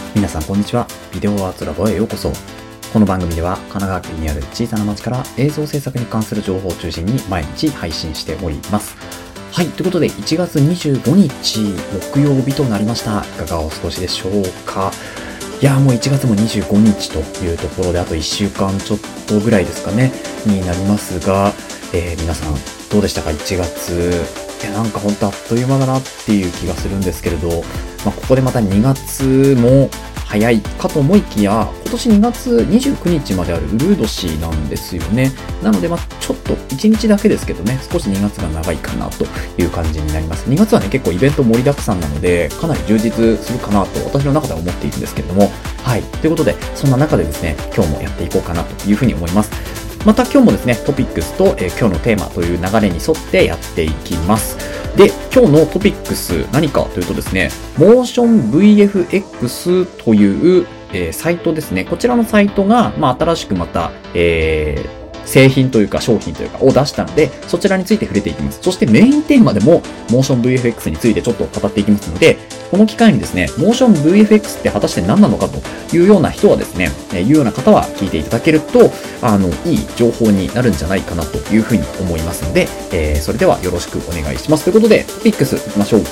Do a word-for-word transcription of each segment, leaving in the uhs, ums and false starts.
皆さんこんにちは。ビデオアーツラボへようこそ。この番組では神奈川県にある小さな町から映像制作に関する情報を中心に毎日配信しております。はい、ということでいちがつにじゅうごにち木曜日となりました。いかがお過ごしでしょうか。いやーもういちがつもにじゅうごにちというところであといっしゅうかんちょっとぐらいですかねになりますが、えー、皆さんどうでしたか。いちがついやなんかほんとあっという間だなっていう気がするんですけれど、まあ、ここでまたにがつも早いかと思いきや、今年にがつにじゅうくにちまであるうるう年なんですよね。なのでまあちょっといちにちだけですけどね、少しにがつが長いかなという感じになります。にがつはね結構イベント盛りだくさんなのでかなり充実するかなと私の中では思っているんですけれども、はい、ということでそんな中でですね今日もやっていこうかなというふうに思います。また今日もですねトピックスと、えー、今日のテーマという流れに沿ってやっていきます。で今日のトピックス何かというとですね、モーション ブイエフエックス という、えー、サイトですね。こちらのサイトが、まあ、新しくまた、えー製品というか商品というかを出したので、そちらについて触れていきます。そしてメインテーマでもモーション ブイエフエックス についてちょっと語っていきますので、この機会にですね、モーション ブイエフエックス って果たして何なのかというような人はですね、いうような方は聞いていただけると、あの、いい情報になるんじゃないかなというふうに思いますので、えー、それではよろしくお願いします。ということで、トピックスいきましょう。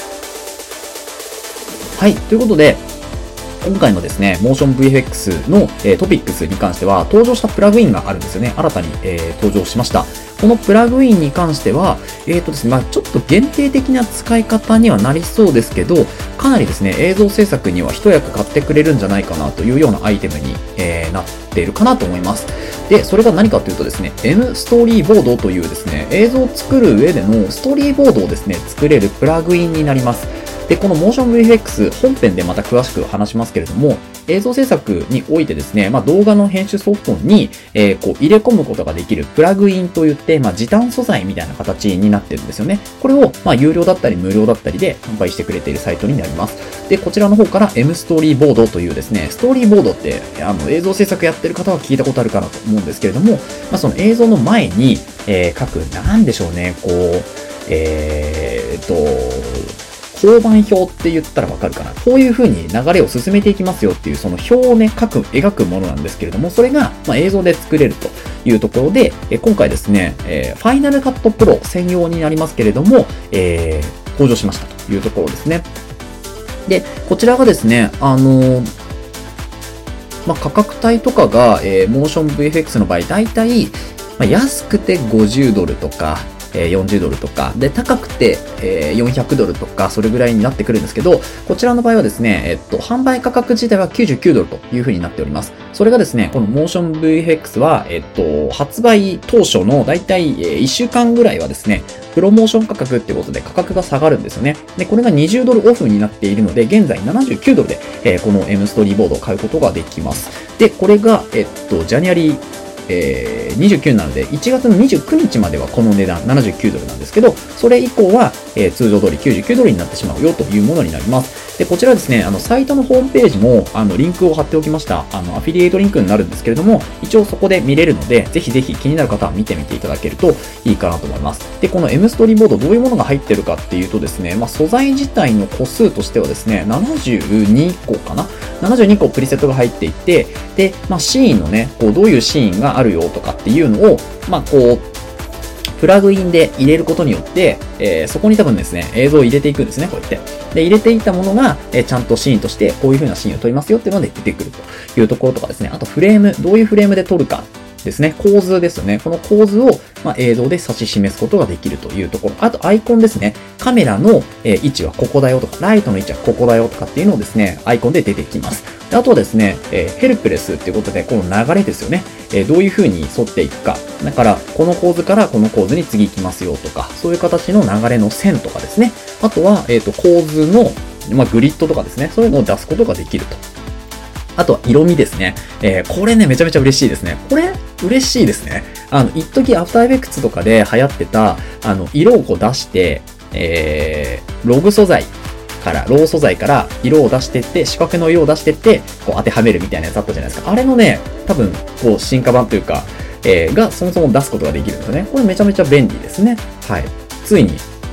はい、ということで、今回のですね、モーション ブイエフエックス の、えー、トピックスに関しては登場したプラグインがあるんですよね。新たに、えー、登場しました。このプラグインに関しては、えーとですね、まあちょっと限定的な使い方にはなりそうですけど、かなりですね、映像制作には一役買ってくれるんじゃないかなというようなアイテムに、えー、なっているかなと思います。で、それが何かというとですね、M ストーリーボードというですね、映像を作る上でのストーリーボードをですね、作れるプラグインになります。で、この モーション ブイエフエックス 本編でまた詳しく話しますけれども、映像制作においてですね、まあ、動画の編集ソフトに、えー、こう入れ込むことができるプラグインといって、まあ、時短素材みたいな形になってるんですよね。これを、まあ、有料だったり無料だったりで販売してくれているサイトになります。で、こちらの方から M ストーリーボードというですね、ストーリーボードって、あの、映像制作やってる方は聞いたことあるかなと思うんですけれども、まあ、その映像の前に、えー、書く、なんでしょうね、こう、えーっと、交番表って言ったらわかるかな。こういう風に流れを進めていきますよっていうその表をね、書く、描くものなんですけれども、それが、まあ、映像で作れるというところで、え今回ですね、えー、ファイナルカットプロ専用になりますけれども、えー、登場しましたというところですね。で、こちらがですね、あのー、まあ、価格帯とかが、えー、モーション ブイエフエックス の場合、だいたい、まあ、安くてごじゅうドルとか、よんじゅうドルとか、で、高くてよんひゃくドルとか、それぐらいになってくるんですけど、こちらの場合はですね、えっと、販売価格自体はきゅうじゅうきゅうドルという風になっております。それがですね、この モーション ブイエフエックス は、えっと、発売当初のだいたいいっしゅうかんぐらいはですね、プロモーション価格ってことで価格が下がるんですよね。で、これがにじゅうドルオフになっているので、現在ななじゅうきゅうドルで、えー、この M ストーリーボードを買うことができます。で、これが、えっと、ジャニアリー、えー、にじゅうくなのでいちがつのにじゅうくにちまではこの値段ななじゅうきゅうドルなんですけど、それ以降は、えー、通常通りきゅうじゅうきゅうドルになってしまうよというものになります。で、こちらですね、あのサイトのホームページもあのリンクを貼っておきました。あのアフィリエイトリンクになるんですけれども、一応そこで見れるので、ぜひぜひ気になる方は見てみていただけるといいかなと思います。で、この M ストーリーボードどういうものが入ってるかっていうとですね、まあ、素材自体の個数としてはですね、ななじゅうにこかなななじゅうにこプリセットが入っていて、で、まあ、シーンのね、こうどういうシーンがあるよとかっていうのを、まあ、こう、プラグインで入れることによって、えー、そこに多分ですね、映像を入れていくんですね、こうやって。で、入れていったものが、えー、ちゃんとシーンとして、こういう風なシーンを撮りますよっていうので出てくるというところとかですね。あとフレーム、どういうフレームで撮るかですね。構図ですよね。この構図を、まあ、映像で指し示すことができるというところ。あとアイコンですね。カメラの、えー、位置はここだよとか、ライトの位置はここだよとかっていうのをですね、アイコンで出てきます。あとはですね、えー、ヘルプレスっていうことで、この流れですよね。えー、どういう風に沿っていくか。だから、この構図からこの構図に次行きますよとか、そういう形の流れの線とかですね。あとは、えっと、構図の、まあ、グリッドとかですね。そういうのを出すことができると。あとは色味ですね。えー、これね、めちゃめちゃ嬉しいですね。これ、嬉しいですね。あの、一時アフターエフェクツとかで流行ってた、あの、色をこう出して、えー、ログ素材から、ロー素材から色を出してって、四角の色を出してって、こう当てはめるみたいなやつあったじゃないですか。あれのね、多分、こう、進化版というか、えー、がそもそも出すことができるんですよね。これめちゃめちゃ便利ですね。はい。ついに、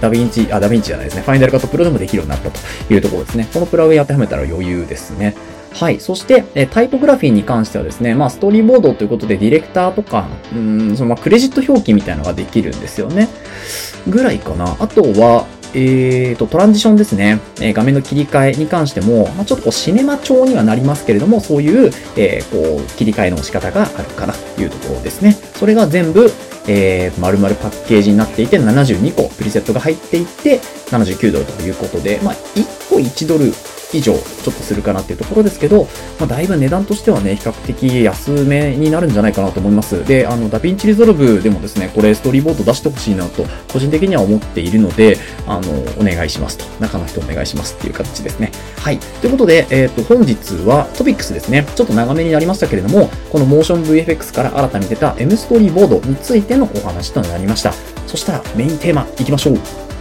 ダヴィンチ、あ、ダヴィンチじゃないですね。ファイナルカットプロでもできるようになったというところですね。このプラグイン当てはめたら余裕ですね。はい。そして、えタイポグラフィーに関してはですね、まあ、ストーリーボードということで、ディレクターとか、うーん、そのまあクレジット表記みたいなのができるんですよね。ぐらいかな。あとは、えーと、トランジションですね。えー、画面の切り替えに関しても、まあ、ちょっとこうシネマ調にはなりますけれども、そういう、えー、こう、切り替えの仕方があるかなというところですね。それが全部、えー、丸々パッケージになっていて、ななじゅうにこプリセットが入っていて、ななじゅうきゅうドルということで、まあ、いっこいちドル以上ちょっとするかなっていうところですけど、まあ、だいぶ値段としてはね、比較的安めになるんじゃないかなと思います。で、あの、ダヴィンチリゾルブでもですね、これストーリーボード出してほしいなと、個人的には思っているので、あの、お願いしますと。中の人お願いしますっていう形ですね。はい。ということで、えっと、本日はトピックスですね。ちょっと長めになりましたけれども、このモーション ブイエフエックス から新たに出た M ストーリーボードについてのお話となりました。そしたらメインテーマいきましょう。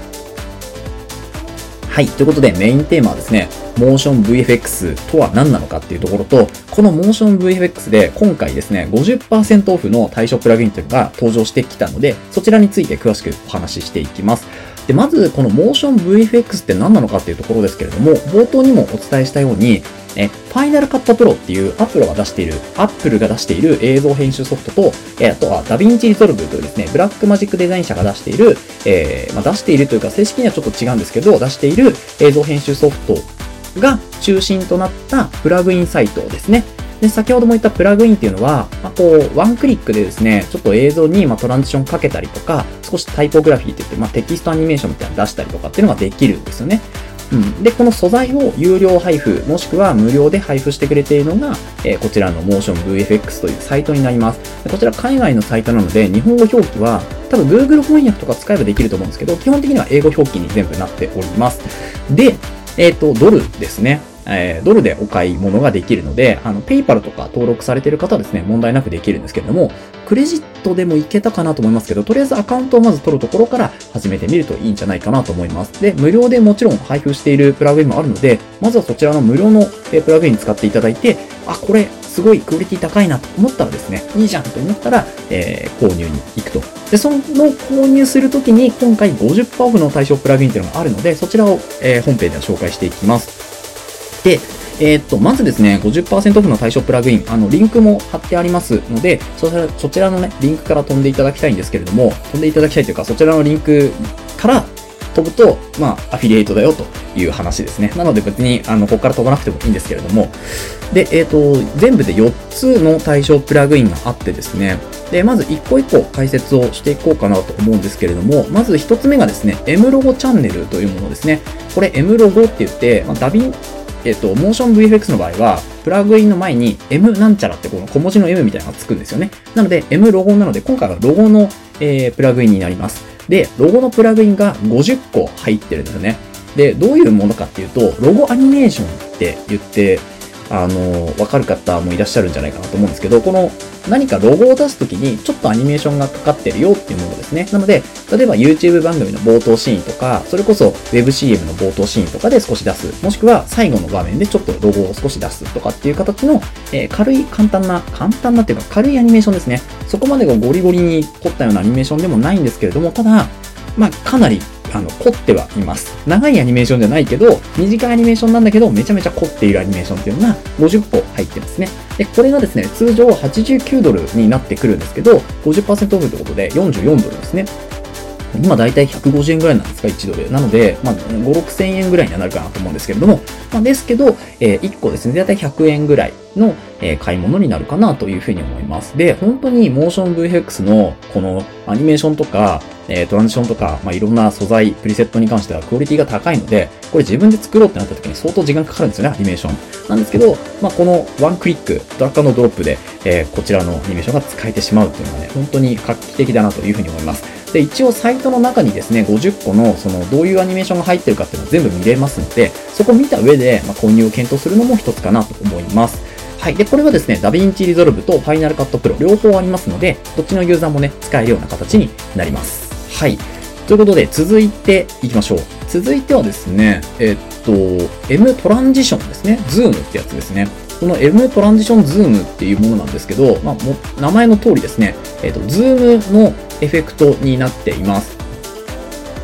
はい。ということで、メインテーマはですね、モーション ブイエフエックス とは何なのかっていうところと、このモーション ブイエフエックス で今回ですね、ごじゅっパーセント オフの対象プラグインというのが登場してきたので、そちらについて詳しくお話ししていきます。で、まず、このモーション ブイエフエックス って何なのかっていうところですけれども、冒頭にもお伝えしたように、え、ファイナルカットプロっていうアップルが出している、アップルが出している映像編集ソフトと、え、あとはダヴィンチリゾルブというですね、ブラックマジックデザイン社が出している、えー、まあ、出しているというか正式にはちょっと違うんですけど、出している映像編集ソフトが中心となったプラグインサイトですね。で、先ほども言ったプラグインっていうのは、まあ、こう、ワンクリックでですね、ちょっと映像に、まあ、トランジションかけたりとか、少しタイポグラフィーって言って、まあ、テキストアニメーションみたいなの出したりとかっていうのができるんですよね。うん。で、この素材を有料配布、もしくは無料で配布してくれているのが、えー、こちらの モーション ブイエフエックス というサイトになります。こちら海外のサイトなので、日本語表記は、多分 Google 翻訳とか使えばできると思うんですけど、基本的には英語表記に全部なっております。で、えっと、ドルですね。えー、ドルでお買い物ができるので、あの、ペイパルとか登録されている方はですね、問題なくできるんですけれども、クレジットでもいけたかなと思いますけど、とりあえずアカウントをまず取るところから始めてみるといいんじゃないかなと思います。で、無料でもちろん配布しているプラグインもあるので、まずはそちらの無料のプラグイン使っていただいて、あ、これすごいクオリティ高いなと思ったらですね、いいじゃんと思ったら、えー、購入に行くと。で、その購入するときに今回 ごじゅっパーセント オフの対象プラグインというのがあるので、そちらを、えー、本編では紹介していきます。で、えー、っと、まずですね、ごじゅっパーセント オフの対象プラグイン、あの、リンクも貼ってありますので、そちら、そちらのね、リンクから飛んでいただきたいんですけれども、飛んでいただきたいというか、そちらのリンクから飛ぶと、まあ、アフィリエイトだよという話ですね。なので別に、あの、ここから飛ばなくてもいいんですけれども、で、えー、っと、全部でよっつの対象プラグインがあってですね、で、まず一個一個解説をしていこうかなと思うんですけれども、まず一つ目がですね、M ロゴチャンネルというものですね。これ M ロゴって言って、まあ、ダビン、えっと、モーション ブイエフエックス の場合は、プラグインの前に M なんちゃらってこの小文字の M みたいなのがつくんですよね。なので M ロゴなので、今回はロゴの、えー、プラグインになります。で、ロゴのプラグインがごじゅっこ入ってるんですよね。で、どういうものかっていうと、ロゴアニメーションって言って、あの、わかる方もいらっしゃるんじゃないかなと思うんですけど、この何かロゴを出すときにちょっとアニメーションがかかってるよっていうものですね。なので、例えば YouTube 番組の冒頭シーンとか、それこそ Web シーエム の冒頭シーンとかで少し出す。もしくは最後の画面でちょっとロゴを少し出すとかっていう形の、えー、軽い簡単な、簡単なっていうか軽いアニメーションですね。そこまでがゴリゴリに凝ったようなアニメーションでもないんですけれども、ただ、まあ、かなりあの、凝ってはいます。長いアニメーションじゃないけど、短いアニメーションなんだけど、めちゃめちゃ凝っているアニメーションっていうのがごじゅっこ入ってますね。で、これがですね、通常はちじゅうきゅうドルになってくるんですけど、ごじゅっパーセント オフということでよんじゅうよんドルですね。今だいたいひゃくごじゅうえんぐらいなんですか、いちドル。なので、まあ、ご、ろくせんえんぐらいにはなるかなと思うんですけれども、まあ、ですけど、えー、いっこですね、だいたいひゃくえんぐらいの、えー、買い物になるかなというふうに思います。で、本当にモーション ブイエフエックス のこのアニメーションとか、えー、トランジションとか、まあ、いろんな素材、プリセットに関してはクオリティが高いので、これ自分で作ろうってなった時に相当時間かかるんですよね、アニメーション。なんですけど、まあ、このワンクリック、ドラッグ&ドロップで、えー、こちらのアニメーションが使えてしまうっていうのはね、本当に画期的だなというふうに思います。で、一応サイトの中にですね、ごじゅっこの、その、どういうアニメーションが入ってるかっていうのを全部見れますので、そこを見た上で、まあ、購入を検討するのも一つかなと思います。はい。で、これはですね、ダヴィンチリゾルブとファイナルカットプロ両方ありますので、どっちのユーザーもね、使えるような形になります。はい。ということで、続いていきましょう。続いてはですね、えっと、M トランジションですね。ズームってやつですね。この M トランジションズームっていうものなんですけど、まあ、も名前の通りですね、えっと、ズームのエフェクトになっています。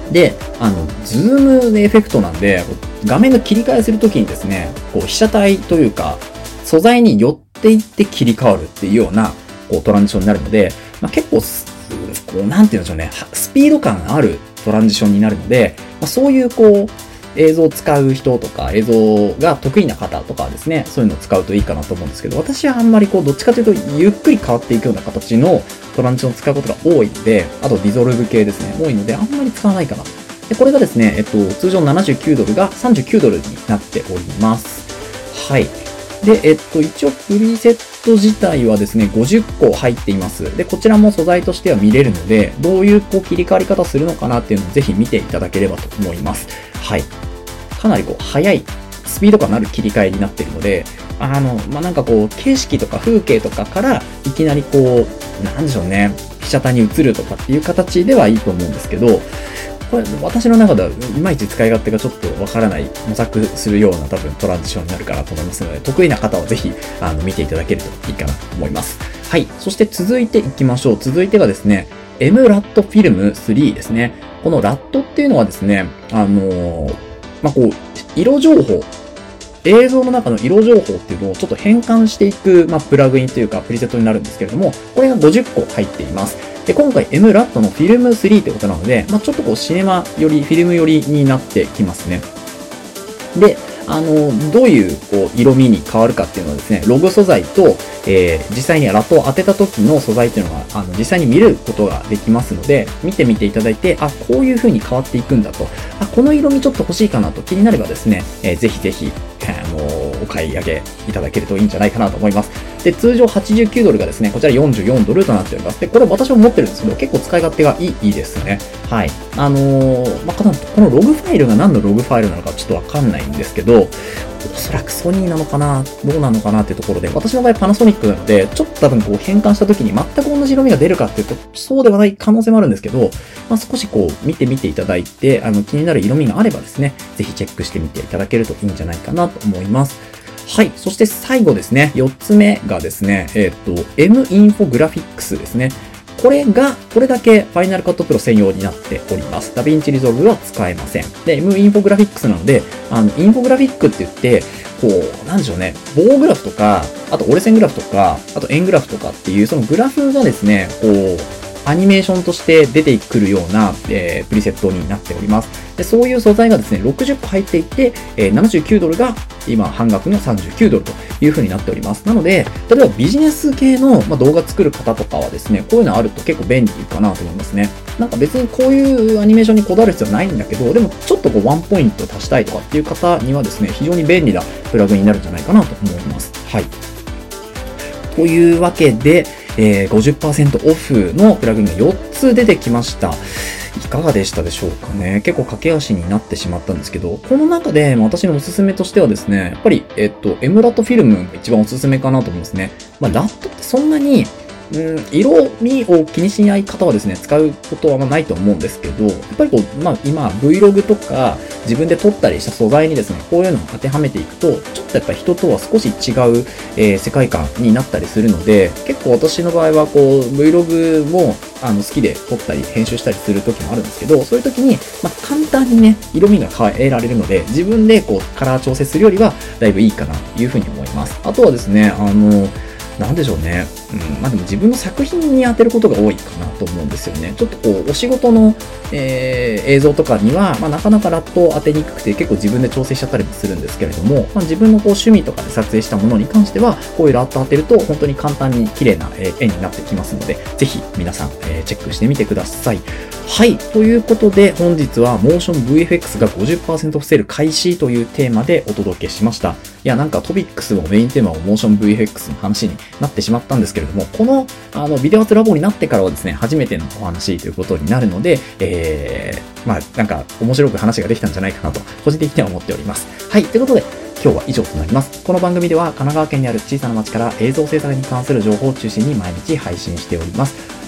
で、あの、ズームエフェクトなんで、画面の切り替えするときにですね、こう被写体というか、素材に寄っていって切り替わるっていうような、こうトランジションになるので、まあ、結構、こう、なんて言うんでしょうね、スピード感があるトランジションになるので、まあ、そういうこう、映像を使う人とか、映像が得意な方とかはですね、そういうのを使うといいかなと思うんですけど、私はあんまりこう、どっちかというと、ゆっくり変わっていくような形のトランジションを使うことが多いので、あとディゾルブ系ですね、多いので、あんまり使わないかな。で、これがですね、えっと、通常ななじゅうきゅうドルがさんじゅうきゅうドルになっております。はい。で、えっと、一応プリセット自体はですね、ごじゅっこ入っています。で、こちらも素材としては見れるので、どういうこう切り替わり方するのかなっていうのをぜひ見ていただければと思います。はい。かなりこう、速い、スピード感のある切り替えになっているので、あの、まあ、なんかこう、景色とか風景とかから、いきなりこう、なんでしょうね、被写体に映るとかっていう形ではいいと思うんですけど、これ、私の中では、いまいち使い勝手がちょっとわからない、模索するような多分トランジションになるかなと思いますので、得意な方はぜひ、あの、見ていただけるといいかなと思います。はい。そして続いていきましょう。続いてがですね、エムラット Film スリーですね。このラットっていうのはですね、あのー、まあ、こう、色情報、映像の中の色情報っていうのをちょっと変換していく、まあ、プラグインというかプリセットになるんですけれども、これがごじゅっこ入っています。で、今回 エムラット のフィルムスリーってことなので、まあ、ちょっとこうシネマより、フィルムよりになってきますね。で、あの、どういうこう色味に変わるかっていうのはですね、ログ素材と、えー、実際にラットを当てた時の素材っていうのが、あの、実際に見ることができますので、見てみていただいて、あ、こういう風に変わっていくんだと、あ、この色味ちょっと欲しいかなと気になればですね、えー、ぜひぜひ、あのー、お買い上げいただけるといいんじゃないかなと思います。で、通常はちじゅうきゅうドルがですね、こちらよんじゅうよんドルとなっております。で、これ私も持ってるんですけど、結構使い勝手がいい、いいですね。はい。あのー、まあ、このログファイルが何のログファイルなのかちょっとわかんないんですけど、おそらくソニーなのかな、どうなのかなっていうところで、私の場合パナソニックなので、ちょっと多分こう変換した時に全く同じ色味が出るかっていうと、そうではない可能性もあるんですけど、まあ、少しこう見てみていただいて、あの気になる色味があればですね、ぜひチェックしてみていただけるといいんじゃないかなと思います。はい。そして最後ですね、よっつめがですね、えっと、M インフォグラフィックスですね。これが、これだけ Final Cut Pro 専用になっております。DaVinci Resolve は使えません。で、M インフォグラフィックスなので、あの、インフォグラフィックって言って、こう、なんでしょうね、棒グラフとか、あと折れ線グラフとか、あと円グラフとかっていう、そのグラフがですね、こう、アニメーションとして出てくるような、えー、プリセットになっております。で、そういう素材がですね、ろくじゅっこ入っていて、えー、ななじゅうきゅうドルが今半額のさんじゅうきゅうドルという風になっております。なので、例えばビジネス系の、まあ、動画作る方とかはですね、こういうのあると結構便利かなと思いますね。なんか別にこういうアニメーションにこだわる必要はないんだけど、でもちょっとこうワンポイント足したいとかっていう方にはですね、非常に便利なプラグインになるんじゃないかなと思います。はい。というわけで、えー、ごじゅっパーセント オフのプラグインがよっつ出てきました。いかがでしたでしょうかね。結構駆け足になってしまったんですけど、この中で私のおすすめとしてはですね、やっぱり、えっと、エムラット フィルムが一番おすすめかなと思いますね。まあ、ラットってそんなに、うん、色味を気にしない方はですね、使うことはあんまないと思うんですけど、やっぱりこう、まあ今 Vlog とか自分で撮ったりした素材にですね、こういうのを当てはめていくと、ちょっとやっぱり人とは少し違う、えー、世界観になったりするので、結構私の場合はこう、Vlog もあの好きで撮ったり編集したりする時もあるんですけど、そういう時に、まあ簡単にね、色味が変えられるので、自分でこう、カラー調整するよりはだいぶいいかなというふうに思います。あとはですね、あの、なんでしょうね。うん。まあでも自分の作品に当てることが多いかなと思うんですよね。ちょっとこう、お仕事の、えー、映像とかには、まあなかなかラットを当てにくくて結構自分で調整しちゃったりもするんですけれども、まあ自分のこう趣味とかで撮影したものに関しては、こういうラット当てると本当に簡単に綺麗な絵になってきますので、ぜひ皆さん、えー、チェックしてみてください。はい。ということで、本日はモーション ブイエフエックス が ごじゅっパーセント オフセール開始というテーマでお届けしました。いや、なんかトピックスもメインテーマもモーション ブイエフエックス の話になってしまったんですけれども、この、あの、ビデオアートラボになってからはですね、初めてのお話ということになるので、えー、まあ、なんか面白く話ができたんじゃないかなと、個人的には思っております。はい。ということで、今日は以上となります。この番組では神奈川県にある小さな町から映像制作に関する情報を中心に毎日配信しております。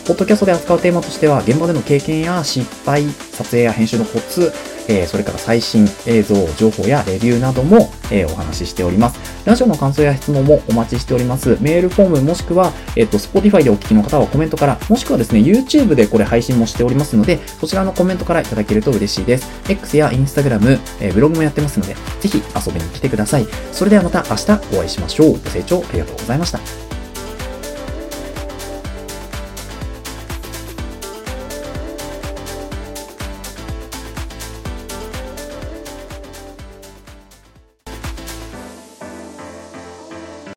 ポッドキャストで扱うテーマとしては、現場での経験や失敗、撮影や編集のコツ、えー、それから最新映像、情報やレビューなども、えー、お話ししております。ラジオの感想や質問もお待ちしております。メールフォームもしくは、えっと、Spotify でお聞きの方はコメントから、もしくはですね、YouTube でこれ配信もしておりますので、そちらのコメントからいただけると嬉しいです。X や Instagram、えー、ブログもやってますので、ぜひ遊びに来てください。それではまた明日お会いしましょう。ご清聴ありがとうございました。